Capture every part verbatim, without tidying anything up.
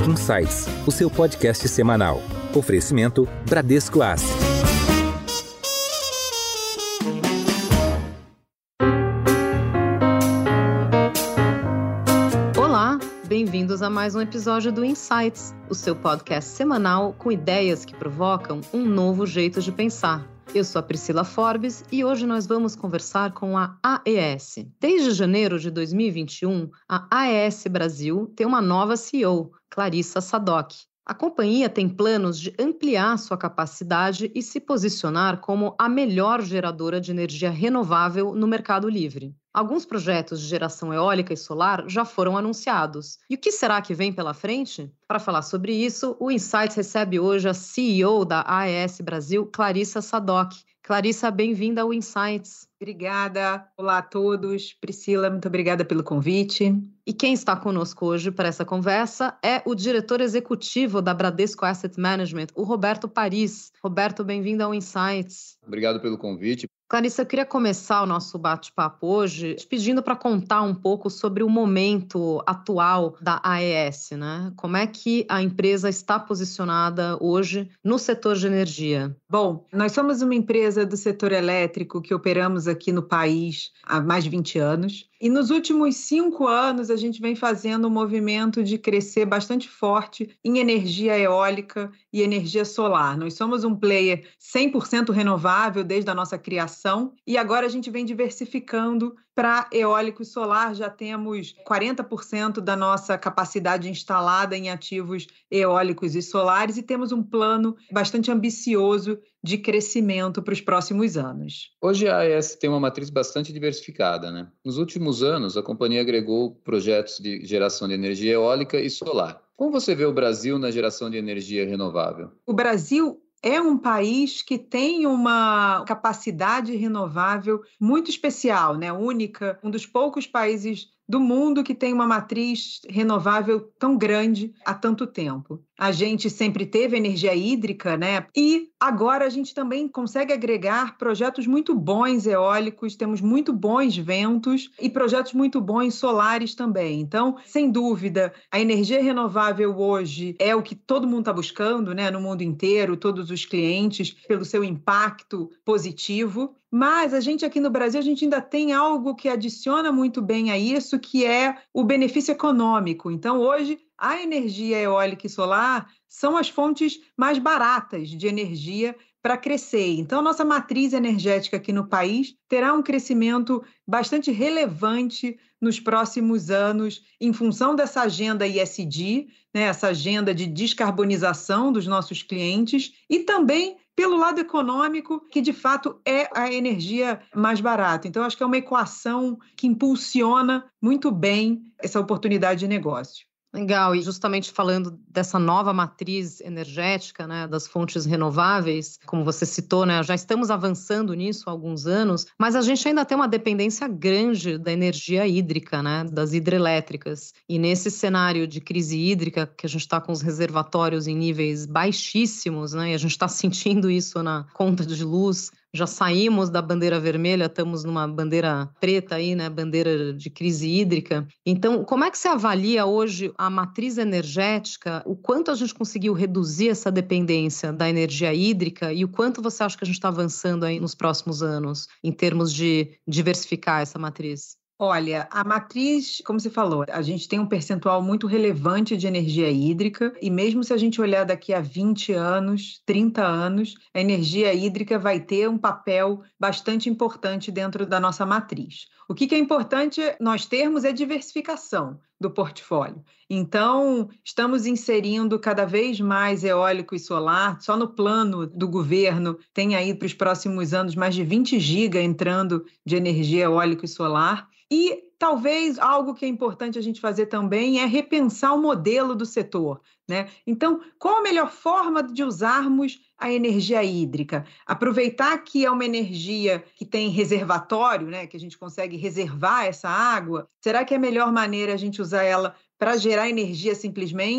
Insights, o seu podcast semanal. Oferecimento Bradesco Asset. Olá, bem-vindos a mais um episódio do Insights, o seu podcast semanal com ideias que provocam um novo jeito de pensar. Eu sou a Priscila Forbes e hoje nós vamos conversar com a A E S. Desde janeiro de dois mil e vinte e um, a A E S Brasil tem uma nova C E O, Clarissa Sadock. A companhia tem planos de ampliar sua capacidade e se posicionar como a melhor geradora de energia renovável no mercado livre. Alguns projetos de geração eólica e solar já foram anunciados. E o que será que vem pela frente? Para falar sobre isso, o Insights recebe hoje a C E O da A E S Brasil, Clarissa Sadock. Clarissa, bem-vinda ao Insights. Obrigada. Olá a todos. Priscila, muito obrigada pelo convite. E quem está conosco hoje para essa conversa é o diretor executivo da Bradesco Asset Management, o Roberto Paris. Roberto, bem-vindo ao Insights. Obrigado pelo convite. Clarissa, eu queria começar o nosso bate-papo hoje te pedindo para contar um pouco sobre o momento atual da A E S, né? Como é que a empresa está posicionada hoje no setor de energia? Bom, nós somos uma empresa do setor elétrico que operamos aqui no país há mais de vinte anos. E nos últimos cinco anos, a gente vem fazendo um movimento de crescer bastante forte em energia eólica e energia solar. Nós somos um player cem por cento renovável desde a nossa criação e agora a gente vem diversificando para eólico e solar. Já temos quarenta por cento da nossa capacidade instalada em ativos eólicos e solares e temos um plano bastante ambicioso de crescimento para os próximos anos. Hoje a A E S tem uma matriz bastante diversificada, né? Nos últimos anos, a companhia agregou projetos de geração de energia eólica e solar. Como você vê o Brasil na geração de energia renovável? O Brasil é um país que tem uma capacidade renovável muito especial, né? Única, um dos poucos países do mundo que tem uma matriz renovável tão grande há tanto tempo. A gente sempre teve energia hídrica, né? E agora a gente também consegue agregar projetos muito bons eólicos, temos muito bons ventos e projetos muito bons solares também. Então, sem dúvida, a energia renovável hoje é o que todo mundo está buscando, né? No mundo inteiro, todos os clientes, pelo seu impacto positivo. Mas a gente aqui no Brasil, a gente ainda tem algo que adiciona muito bem a isso, que é o benefício econômico. Então, hoje, a energia eólica e solar são as fontes mais baratas de energia para crescer. Então, nossa matriz energética aqui no país terá um crescimento bastante relevante nos próximos anos, em função dessa agenda E S G, né, essa agenda de descarbonização dos nossos clientes, e também pelo lado econômico, que de fato é a energia mais barata. Então, acho que é uma equação que impulsiona muito bem essa oportunidade de negócio. Legal, e justamente falando dessa nova matriz energética, né, das fontes renováveis, como você citou, né, já estamos avançando nisso há alguns anos, mas a gente ainda tem uma dependência grande da energia hídrica, né, das hidrelétricas. E nesse cenário de crise hídrica, que a gente está com os reservatórios em níveis baixíssimos, né, e a gente está sentindo isso na conta de luz, já saímos da bandeira vermelha, estamos numa bandeira preta aí, né, bandeira de crise hídrica. Então, como é que você avalia hoje a matriz energética, o quanto a gente conseguiu reduzir essa dependência da energia hídrica e o quanto você acha que a gente está avançando aí nos próximos anos em termos de diversificar essa matriz? Olha, a matriz, como você falou, a gente tem um percentual muito relevante de energia hídrica e mesmo se a gente olhar daqui a vinte anos, trinta anos, a energia hídrica vai ter um papel bastante importante dentro da nossa matriz. O que é importante nós termos é diversificação do portfólio. Então, estamos inserindo cada vez mais eólico e solar. Só no plano do governo tem aí para os próximos anos mais de vinte gigas entrando de energia eólica e solar. E talvez algo que é importante a gente fazer também é repensar o modelo do setor, né? Então, qual a melhor forma de usarmos a energia hídrica? Aproveitar que é uma energia que tem reservatório, né? Que a gente consegue reservar essa água. Será que é a melhor maneira a gente usar ela para gerar energia simplesmente?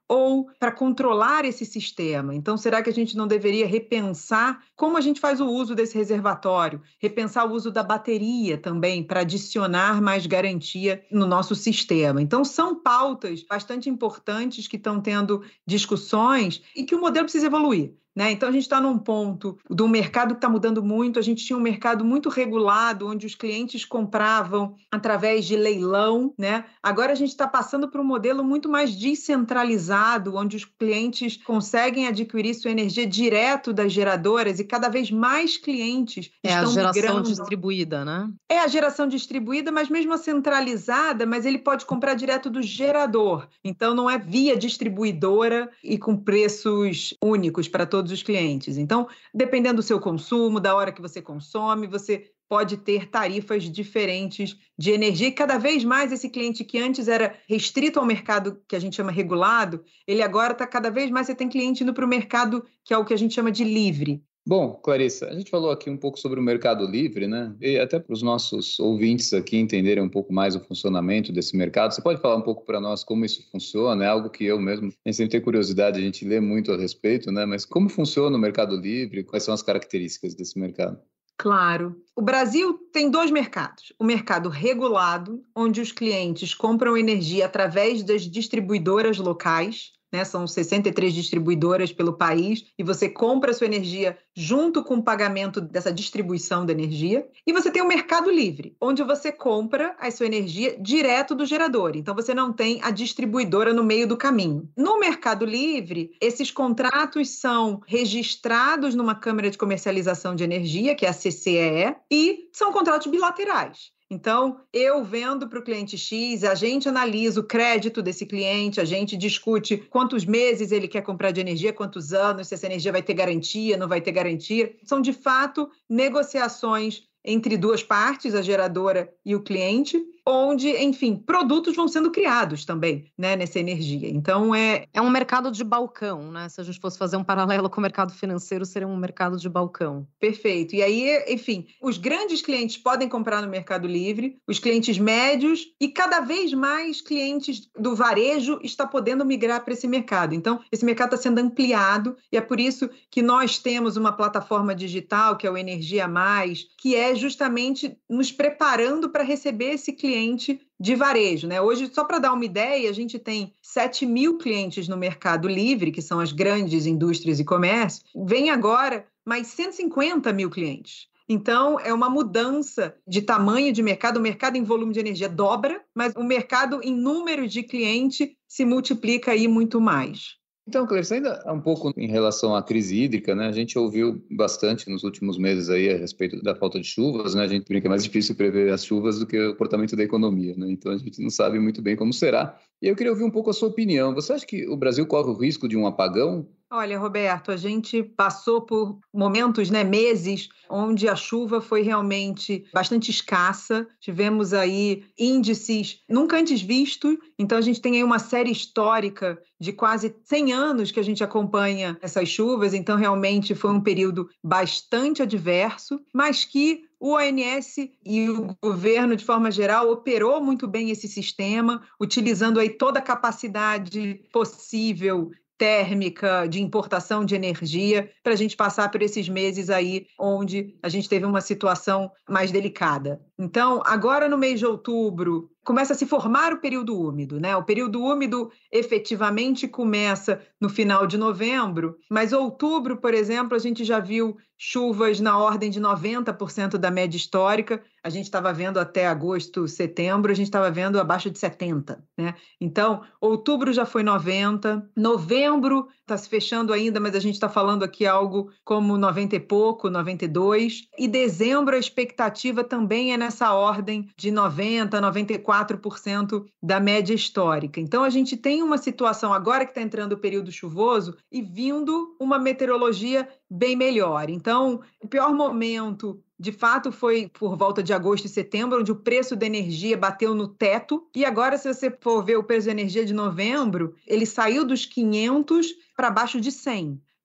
ou para controlar esse sistema? Então, será que a gente não deveria repensar como a gente faz o uso desse reservatório, repensar o uso da bateria também para adicionar mais garantia no nosso sistema? Então, são pautas bastante importantes que estão tendo discussões e que o modelo precisa evoluir. Né? Então, a gente está num ponto do mercado que está mudando muito. A gente tinha um mercado muito regulado, onde os clientes compravam através de leilão. Né? Agora, a gente está passando para um modelo muito mais descentralizado, onde os clientes conseguem adquirir sua energia direto das geradoras e cada vez mais clientes é estão migrando. É a geração distribuída, né? É a geração distribuída, mas mesmo a centralizada, mas ele pode comprar direto do gerador. Então, não é via distribuidora e com preços únicos para todos os clientes. Então, dependendo do seu consumo, da hora que você consome, você pode ter tarifas diferentes de energia. E cada vez mais esse cliente que antes era restrito ao mercado que a gente chama regulado, ele agora está cada vez mais, você tem cliente indo para o mercado que é o que a gente chama de livre. Bom, Clarissa, a gente falou aqui um pouco sobre o mercado livre, né? E até para os nossos ouvintes aqui entenderem um pouco mais o funcionamento desse mercado, você pode falar um pouco para nós como isso funciona? É algo que eu mesmo sempre tenho curiosidade, a gente lê muito a respeito, né? Mas como funciona o mercado livre? Quais são as características desse mercado? Claro. O Brasil tem dois mercados. O mercado regulado, onde os clientes compram energia através das distribuidoras locais, né? São sessenta e três distribuidoras pelo país, e você compra a sua energia junto com o pagamento dessa distribuição da energia. E você tem o mercado livre, onde você compra a sua energia direto do gerador. Então, você não tem a distribuidora no meio do caminho. No mercado livre, esses contratos são registrados numa Câmara de Comercialização de Energia, que é a C C E E, e são contratos bilaterais. Então, eu vendo para o cliente X, a gente analisa o crédito desse cliente, a gente discute quantos meses ele quer comprar de energia, quantos anos, se essa energia vai ter garantia, não vai ter garantia. São, de fato, negociações entre duas partes, a geradora e o cliente, onde, enfim, produtos vão sendo criados também, né, nessa energia. Então, é... É um mercado de balcão, né? Se a gente fosse fazer um paralelo com o mercado financeiro, seria um mercado de balcão. Perfeito. E aí, enfim, os grandes clientes podem comprar no Mercado Livre, os clientes médios e cada vez mais clientes do varejo está podendo migrar para esse mercado. Então, esse mercado está sendo ampliado e é por isso que nós temos uma plataforma digital, que é o Energia Mais, que é justamente nos preparando para receber esse cliente de varejo, né? Hoje, só para dar uma ideia, a gente tem sete mil clientes no Mercado Livre, que são as grandes indústrias e comércio. Vem agora mais cento e cinquenta mil clientes. Então, é uma mudança de tamanho de mercado. O mercado em volume de energia dobra, mas o mercado em número de cliente se multiplica aí muito mais. Então, Clarissa, ainda um pouco em relação à crise hídrica, né? A gente ouviu bastante nos últimos meses aí a respeito da falta de chuvas, né? A gente brinca que é mais difícil prever as chuvas do que o comportamento da economia, né? Então, a gente não sabe muito bem como será. E eu queria ouvir um pouco a sua opinião. Você acha que o Brasil corre o risco de um apagão? Olha, Roberto, a gente passou por momentos, né, meses, onde a chuva foi realmente bastante escassa. Tivemos aí índices nunca antes vistos. Então, a gente tem aí uma série histórica de quase cem anos que a gente acompanha essas chuvas. Então, realmente foi um período bastante adverso, mas que o O N S e o governo, de forma geral, operou muito bem esse sistema, utilizando aí toda a capacidade possível térmica, de importação de energia, para a gente passar por esses meses aí onde a gente teve uma situação mais delicada. Então, agora no mês de outubro, começa a se formar o período úmido, né? O período úmido efetivamente começa no final de novembro, mas outubro, por exemplo, a gente já viu chuvas na ordem de noventa por cento da média histórica. A gente estava vendo até agosto, setembro, a gente estava vendo abaixo de setenta, né? Então, outubro já foi noventa, novembro está se fechando ainda, mas a gente está falando aqui algo como noventa e pouco, noventa e dois, e dezembro a expectativa também é nessa ordem de noventa, noventa e quatro por cento da média histórica. Então, a gente tem uma situação agora que está entrando o período chuvoso e vindo uma meteorologia bem melhor. Então, o pior momento, de fato, foi por volta de agosto e setembro, onde o preço da energia bateu no teto. E agora, se você for ver o preço da energia de novembro, ele saiu dos quinhentos para baixo de cem.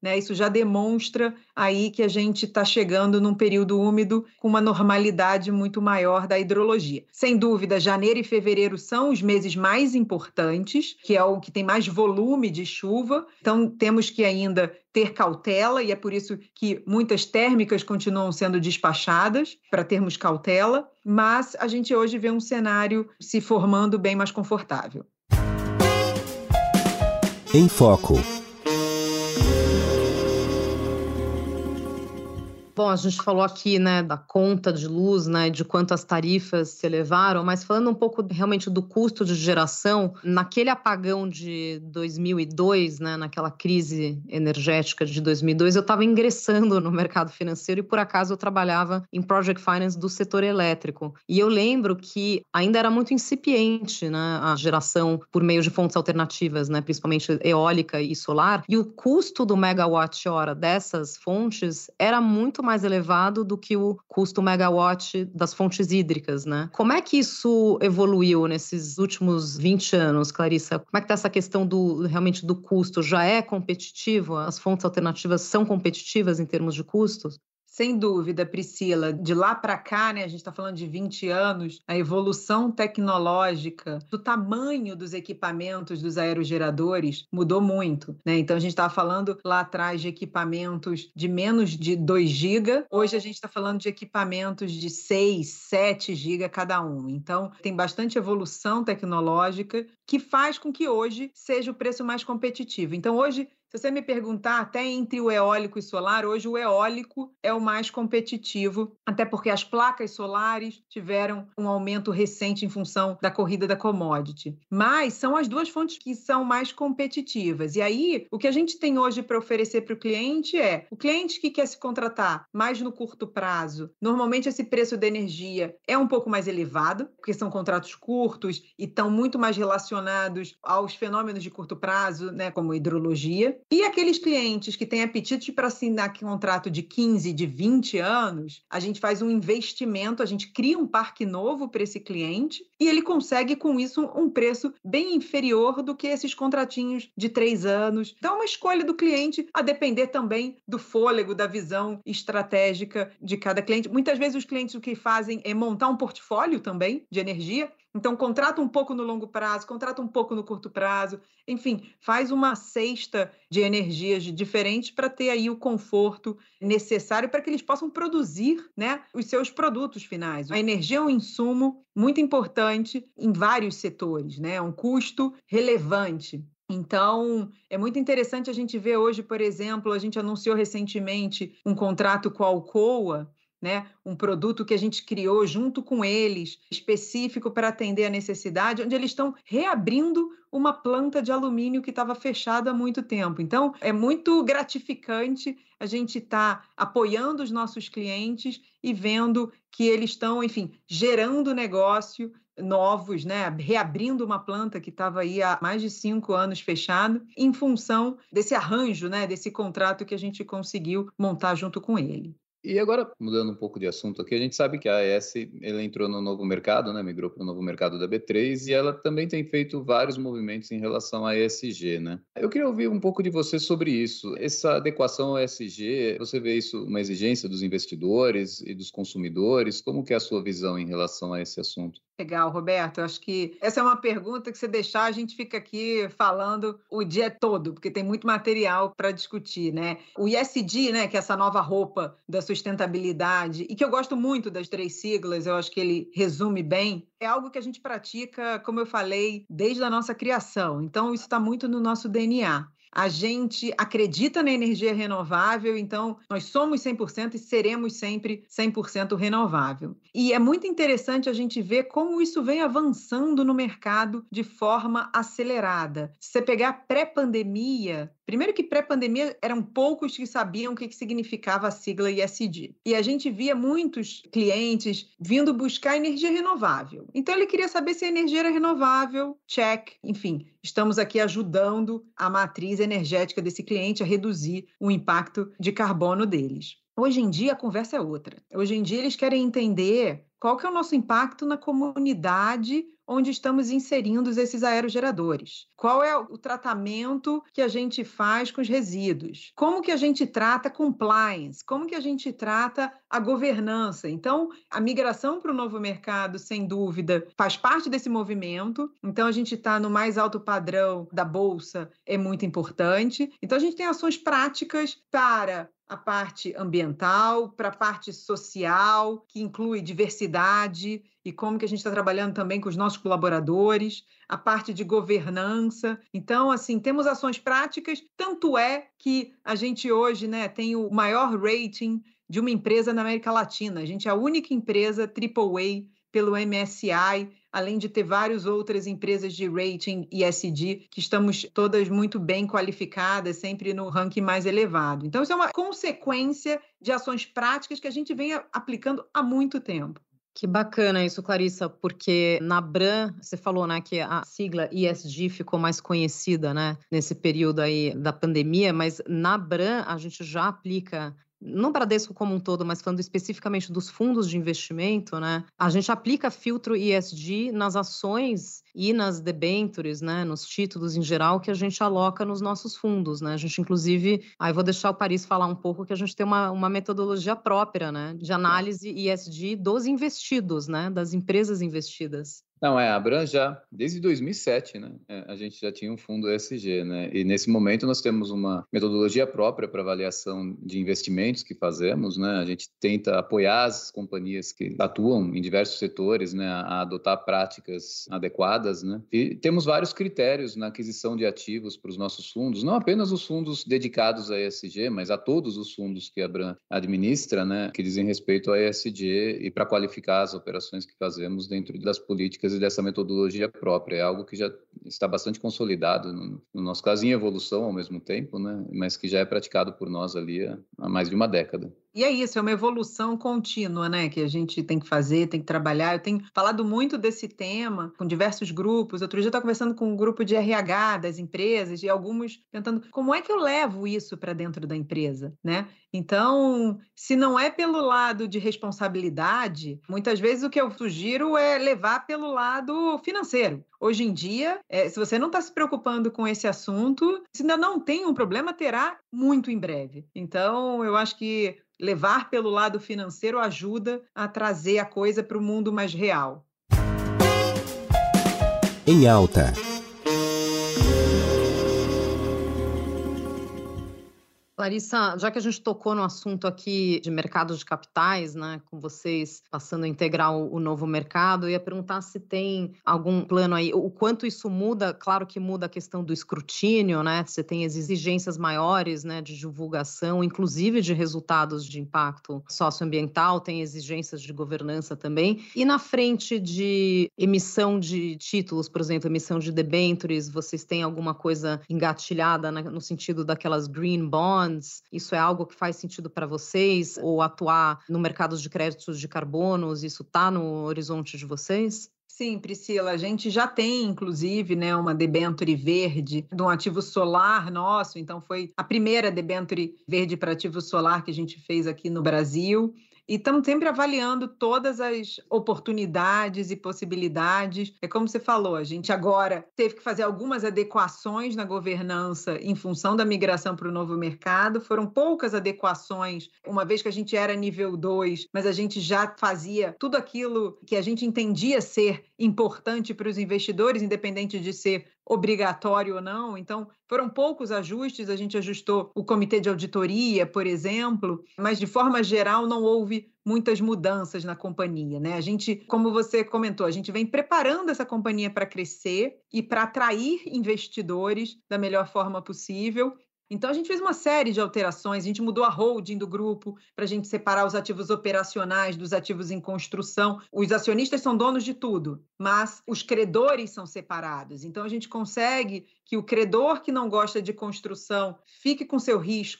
né? Isso já demonstra aí que a gente está chegando num período úmido com uma normalidade muito maior da hidrologia. Sem dúvida, janeiro e fevereiro são os meses mais importantes, que é o que tem mais volume de chuva, então temos que ainda ter cautela, e é por isso que muitas térmicas continuam sendo despachadas, para termos cautela, mas a gente hoje vê um cenário se formando bem mais confortável. Em Foco. Bom, a gente falou aqui, né, da conta de luz, né, de quanto as tarifas se elevaram, mas falando um pouco realmente do custo de geração, naquele apagão de dois mil e dois, né, naquela crise energética de dois mil e dois, eu estava ingressando no mercado financeiro e por acaso eu trabalhava em Project Finance do setor elétrico. E eu lembro que ainda era muito incipiente, né, a geração por meio de fontes alternativas, né, principalmente eólica e solar, e o custo do megawatt-hora dessas fontes era muito mais elevado do que o custo megawatt das fontes hídricas, né? Como é que isso evoluiu nesses últimos vinte anos, Clarissa? Como é que está essa questão do, realmente do custo? Já é competitivo? As fontes alternativas são competitivas em termos de custos? Sem dúvida, Priscila. De lá para cá, né, a gente está falando de vinte anos, a evolução tecnológica do tamanho dos equipamentos dos aerogeradores mudou muito, né? Então, a gente estava falando lá atrás de equipamentos de menos de dois gigas, hoje a gente está falando de equipamentos de seis, sete gigas cada um. Então, tem bastante evolução tecnológica que faz com que hoje seja o preço mais competitivo. Então, hoje, se você me perguntar, até entre o eólico e solar, hoje o eólico é o mais competitivo, até porque as placas solares tiveram um aumento recente em função da corrida da commodity. Mas são as duas fontes que são mais competitivas. E aí, o que a gente tem hoje para oferecer para o cliente é, o cliente que quer se contratar mais no curto prazo, normalmente esse preço da energia é um pouco mais elevado, porque são contratos curtos e estão muito mais relacionados aos fenômenos de curto prazo, né, como hidrologia. E aqueles clientes que têm apetite para assinar contrato de quinze, de vinte anos, a gente faz um investimento, a gente cria um parque novo para esse cliente e ele consegue, com isso, um preço bem inferior do que esses contratinhos de três anos. Então, é uma escolha do cliente, a depender também do fôlego, da visão estratégica de cada cliente. Muitas vezes os clientes o que fazem é montar um portfólio também de energia. Então, contrata um pouco no longo prazo, contrata um pouco no curto prazo, enfim, faz uma cesta de energias diferentes para ter aí o conforto necessário para que eles possam produzir, né, os seus produtos finais. A energia é um insumo muito importante em vários setores, né? É um custo relevante. Então, é muito interessante a gente ver hoje, por exemplo, a gente anunciou recentemente um contrato com a Alcoa, né? Um produto que a gente criou junto com eles, específico para atender a necessidade, onde eles estão reabrindo uma planta de alumínio que estava fechada há muito tempo. Então, é muito gratificante a gente estar apoiando os nossos clientes e vendo que eles estão, enfim, gerando negócio novos, né? Reabrindo uma planta que estava aí há mais de cinco anos fechado, em função desse arranjo, né? Desse contrato que a gente conseguiu montar junto com ele. E agora, mudando um pouco de assunto aqui, a gente sabe que a AES ela entrou no novo mercado, né, migrou para o novo mercado da B três e ela também tem feito vários movimentos em relação a E S G, né? Eu queria ouvir um pouco de você sobre isso. Essa adequação ao E S G, você vê isso uma exigência dos investidores e dos consumidores? Como que é a sua visão em relação a esse assunto? Legal, Roberto. Eu acho que essa é uma pergunta que se deixar, a gente fica aqui falando o dia todo, porque tem muito material para discutir, né? O E S G, né, que é essa nova roupa da sustentabilidade, e que eu gosto muito das três siglas, eu acho que ele resume bem, é algo que a gente pratica, como eu falei, desde a nossa criação. Então, isso está muito no nosso D N A. A gente acredita na energia renovável, então nós somos cem por cento e seremos sempre cem por cento renovável. E é muito interessante a gente ver como isso vem avançando no mercado de forma acelerada. Se você pegar pré-pandemia, primeiro que pré-pandemia eram poucos que sabiam o que significava a sigla E S G. E a gente via muitos clientes vindo buscar energia renovável. Então ele queria saber se a energia era renovável, check, enfim, estamos aqui ajudando a matriz energética desse cliente a reduzir o impacto de carbono deles. Hoje em dia, a conversa é outra. Hoje em dia, eles querem entender qual que é o nosso impacto na comunidade onde estamos inserindo esses aerogeradores. Qual é o tratamento que a gente faz com os resíduos? Como que a gente trata compliance? Como que a gente trata a governança? Então, a migração para o novo mercado, sem dúvida, faz parte desse movimento. Então, a gente está no mais alto padrão da Bolsa, é muito importante. Então, a gente tem ações práticas para a parte ambiental, para a parte social, que inclui diversidade e como que a gente está trabalhando também com os nossos colaboradores, a parte de governança. Então, assim, temos ações práticas, tanto é que a gente hoje, né, tem o maior rating de uma empresa na América Latina. A gente é a única empresa triplo A pelo M S I, além de ter várias outras empresas de rating E S G, que estamos todas muito bem qualificadas, sempre no ranking mais elevado. Então, isso é uma consequência de ações práticas que a gente vem aplicando há muito tempo. Que bacana isso, Clarissa, porque na Bram, você falou, né, que a sigla E S G ficou mais conhecida, né, nesse período aí da pandemia, mas na Bram a gente já aplica, no Bradesco como um todo, mas falando especificamente dos fundos de investimento, né, a gente aplica filtro E S G nas ações e nas debêntures, né, nos títulos em geral que a gente aloca nos nossos fundos, né, a gente inclusive, aí vou deixar o Paris falar um pouco, que a gente tem uma, uma metodologia própria, né, de análise E S G dos investidos, né, das empresas investidas. Não, é, a Bram já, desde dois mil e sete, né, a gente já tinha um fundo E S G, né, e nesse momento nós temos uma metodologia própria para avaliação de investimentos que fazemos, né, a gente tenta apoiar as companhias que atuam em diversos setores, né, a adotar práticas adequadas, né, e temos vários critérios na aquisição de ativos para os nossos fundos, não apenas os fundos dedicados a E S G, mas a todos os fundos que a Bram administra, né, que dizem respeito a E S G e para qualificar as operações que fazemos dentro das políticas e dessa metodologia própria. É algo que já está bastante consolidado, no, no nosso caso, em evolução ao mesmo tempo, né? Mas que já é praticado por nós ali há, há mais de uma década. E é isso, é uma evolução contínua, né, que a gente tem que fazer, tem que trabalhar. Eu tenho falado muito desse tema com diversos grupos. Outro dia eu estava conversando com um grupo de R H das empresas e alguns tentando como é que eu levo isso para dentro da empresa, né? Então, se não é pelo lado de responsabilidade, muitas vezes o que eu sugiro é levar pelo lado financeiro. Hoje em dia, é, se você não está se preocupando com esse assunto, se ainda não tem um problema, terá muito em breve. Então, eu acho que levar pelo lado financeiro ajuda a trazer a coisa para o mundo mais real. Em Alta. Clarissa, já que a gente tocou no assunto aqui de mercado de capitais, né, com vocês passando a integrar o, o novo mercado, eu ia perguntar se tem algum plano aí, o quanto isso muda, claro que muda a questão do escrutínio, né, você tem exigências maiores, né, de divulgação, inclusive de resultados de impacto socioambiental, tem exigências de governança também, e na frente de emissão de títulos, por exemplo, emissão de debêntures, vocês têm alguma coisa engatilhada no sentido daquelas green bonds? Isso é algo que faz sentido para vocês? Ou atuar no mercado de créditos de carbonos, isso está no horizonte de vocês? Sim, Priscila, a gente já tem, inclusive, né, uma debênture verde de um ativo solar nosso, então foi a primeira debênture verde para ativo solar que a gente fez aqui no Brasil. E estamos sempre avaliando todas as oportunidades e possibilidades. É como você falou, a gente agora teve que fazer algumas adequações na governança em função da migração para o novo mercado. Foram poucas adequações, uma vez que a gente era nível dois, mas a gente já fazia tudo aquilo que a gente entendia ser importante para os investidores, independente de ser obrigatório ou não. Então, foram poucos ajustes, a gente ajustou o comitê de auditoria, por exemplo, mas de forma geral não houve muitas mudanças na companhia, né? A gente, como você comentou, a gente vem preparando essa companhia para crescer e para atrair investidores da melhor forma possível. Então, a gente fez uma série de alterações, a gente mudou a holding do grupo para a gente separar os ativos operacionais dos ativos em construção. Os acionistas são donos de tudo, mas os credores são separados. Então, a gente consegue que o credor que não gosta de construção fique com seu risco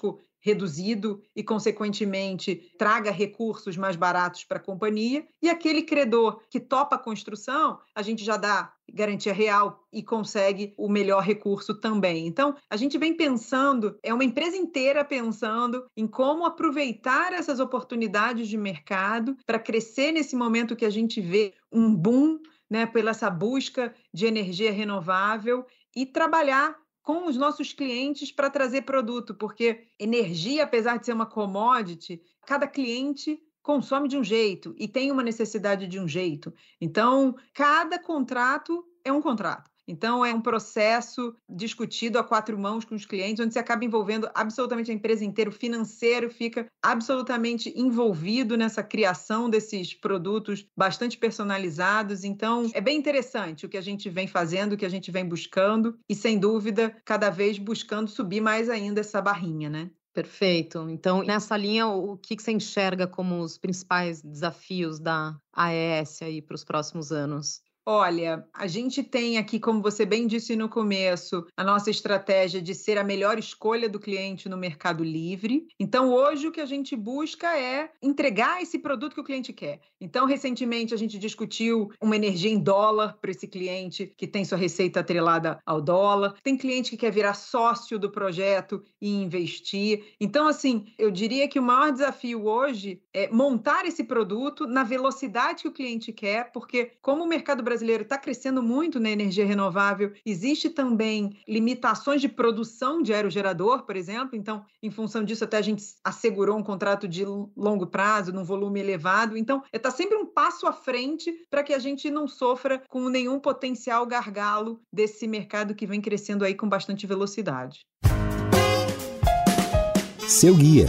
reduzido e, consequentemente, traga recursos mais baratos para a companhia. E aquele credor que topa a construção, a gente já dá garantia real e consegue o melhor recurso também. Então, a gente vem pensando, é uma empresa inteira pensando em como aproveitar essas oportunidades de mercado para crescer nesse momento que a gente vê um boom, né, pela essa busca de energia renovável e trabalhar com os nossos clientes para trazer produto, porque energia, apesar de ser uma commodity, cada cliente consome de um jeito e tem uma necessidade de um jeito. Então, cada contrato é um contrato. Então, é um processo discutido a quatro mãos com os clientes, onde você acaba envolvendo absolutamente a empresa inteira, o financeiro fica absolutamente envolvido nessa criação desses produtos bastante personalizados. Então, é bem interessante o que a gente vem fazendo, o que a gente vem buscando e, sem dúvida, cada vez buscando subir mais ainda essa barrinha, né? Perfeito. Então, nessa linha, o que você enxerga como os principais desafios da A E S aí para os próximos anos? Olha, a gente tem aqui, como você bem disse no começo, a nossa estratégia de ser a melhor escolha do cliente no Mercado Livre. Então, hoje, o que a gente busca é entregar esse produto que o cliente quer. Então, recentemente, a gente discutiu uma energia em dólar para esse cliente que tem sua receita atrelada ao dólar. Tem cliente que quer virar sócio do projeto e investir. Então, assim, eu diria que o maior desafio hoje é montar esse produto na velocidade que o cliente quer, porque como o mercado brasileiro brasileiro está crescendo muito na energia renovável, existe também limitações de produção de aerogerador, por exemplo, então, em função disso, até a gente assegurou um contrato de longo prazo, num volume elevado, então, está sempre um passo à frente para que a gente não sofra com nenhum potencial gargalo desse mercado que vem crescendo aí com bastante velocidade. Seu guia.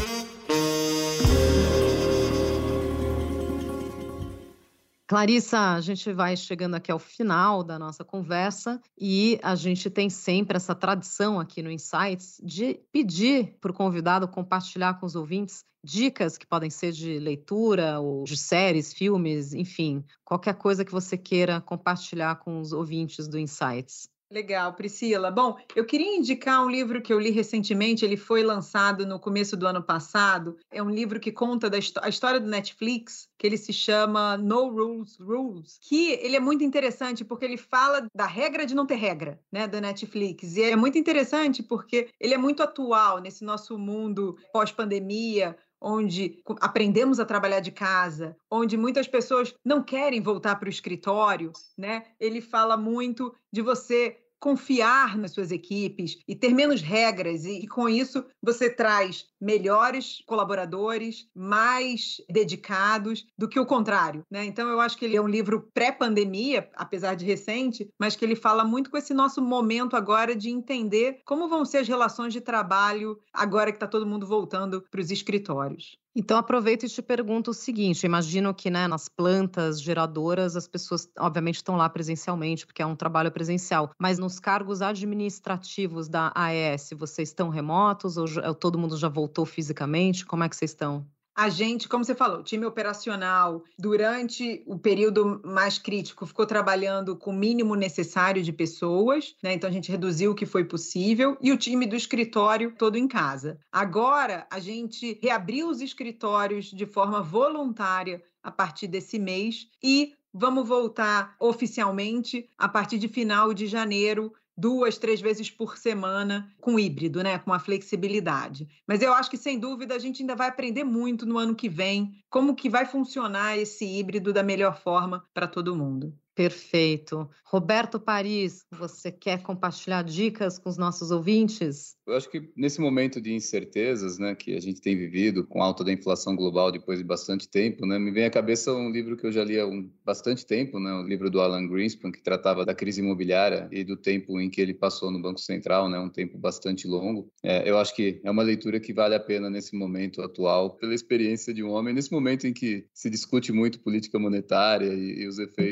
Clarissa, a gente vai chegando aqui ao final da nossa conversa e a gente tem sempre essa tradição aqui no Insights de pedir para o convidado compartilhar com os ouvintes dicas que podem ser de leitura ou de séries, filmes, enfim, qualquer coisa que você queira compartilhar com os ouvintes do Insights. Legal, Priscila. Bom, eu queria indicar um livro que eu li recentemente, ele foi lançado no começo do ano passado. É um livro que conta da a história do Netflix, que ele se chama No Rules Rules, que ele é muito interessante porque ele fala da regra de não ter regra, né, da Netflix. E é muito interessante porque ele é muito atual nesse nosso mundo pós-pandemia, onde aprendemos a trabalhar de casa, onde muitas pessoas não querem voltar para o escritório, né? Ele fala muito de você confiar nas suas equipes e ter menos regras e, e com isso você traz melhores colaboradores, mais dedicados do que o contrário, né? Então eu acho que ele é um livro pré-pandemia, apesar de recente, mas que ele fala muito com esse nosso momento agora de entender como vão ser as relações de trabalho agora que está todo mundo voltando para os escritórios. Então, aproveito e te pergunto o seguinte, imagino que, né, nas plantas geradoras as pessoas, obviamente, estão lá presencialmente, porque é um trabalho presencial, mas nos cargos administrativos da A E S, vocês estão remotos ou já, todo mundo já voltou fisicamente? Como é que vocês estão? A gente, como você falou, o time operacional, durante o período mais crítico, ficou trabalhando com o mínimo necessário de pessoas, né? Então, a gente reduziu o que foi possível e o time do escritório todo em casa. Agora, a gente reabriu os escritórios de forma voluntária a partir desse mês e vamos voltar oficialmente a partir de final de janeiro, duas, três vezes por semana, com híbrido, né? Com a flexibilidade. Mas eu acho que, sem dúvida, a gente ainda vai aprender muito no ano que vem como que vai funcionar esse híbrido da melhor forma para todo mundo. Perfeito. Roberto Paris, você quer compartilhar dicas com os nossos ouvintes? Eu acho que nesse momento de incertezas, né, que a gente tem vivido com a alta da inflação global depois de bastante tempo, né, me vem à cabeça um livro que eu já li há um, bastante tempo, né, o livro do Alan Greenspan, que tratava da crise imobiliária e do tempo em que ele passou no Banco Central, né, um tempo bastante longo. É, eu acho que é uma leitura que vale a pena nesse momento atual, pela experiência de um homem, nesse momento em que se discute muito política monetária e, e os efeitos uhum. das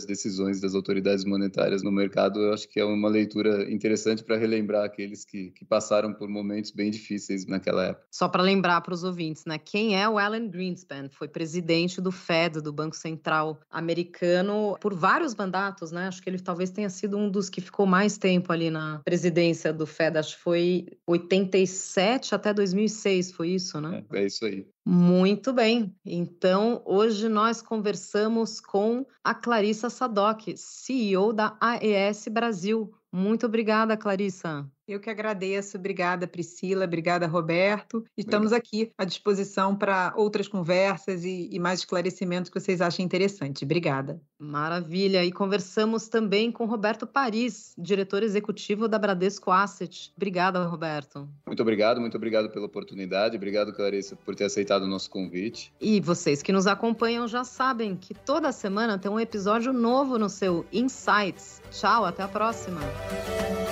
as decisões das autoridades monetárias no mercado, eu acho que é uma leitura interessante para relembrar aqueles que, que passaram por momentos bem difíceis naquela época. Só para lembrar para os ouvintes, né? Quem é o Alan Greenspan? Foi presidente do Fed, do Banco Central americano, por vários mandatos, né? Acho que ele talvez tenha sido um dos que ficou mais tempo ali na presidência do Fed. Acho que foi oitenta e sete até dois mil e seis, foi isso, né? É, é isso aí. Muito bem. Então, hoje nós conversamos com a Clarissa Sadock, C E O da A E S Brasil. Muito obrigada, Clarissa. Eu que agradeço. Obrigada, Priscila. Obrigada, Roberto. Estamos Obrigado. Aqui à disposição para outras conversas e, e mais esclarecimentos que vocês achem interessante. Obrigada. Maravilha. E conversamos também com Roberto Paris, diretor executivo da Bradesco Asset. Obrigada, Roberto. Muito obrigado, muito obrigado pela oportunidade. Obrigado, Clarissa, por ter aceitado o nosso convite. E vocês que nos acompanham já sabem que toda semana tem um episódio novo no seu Insights. Tchau, até a próxima.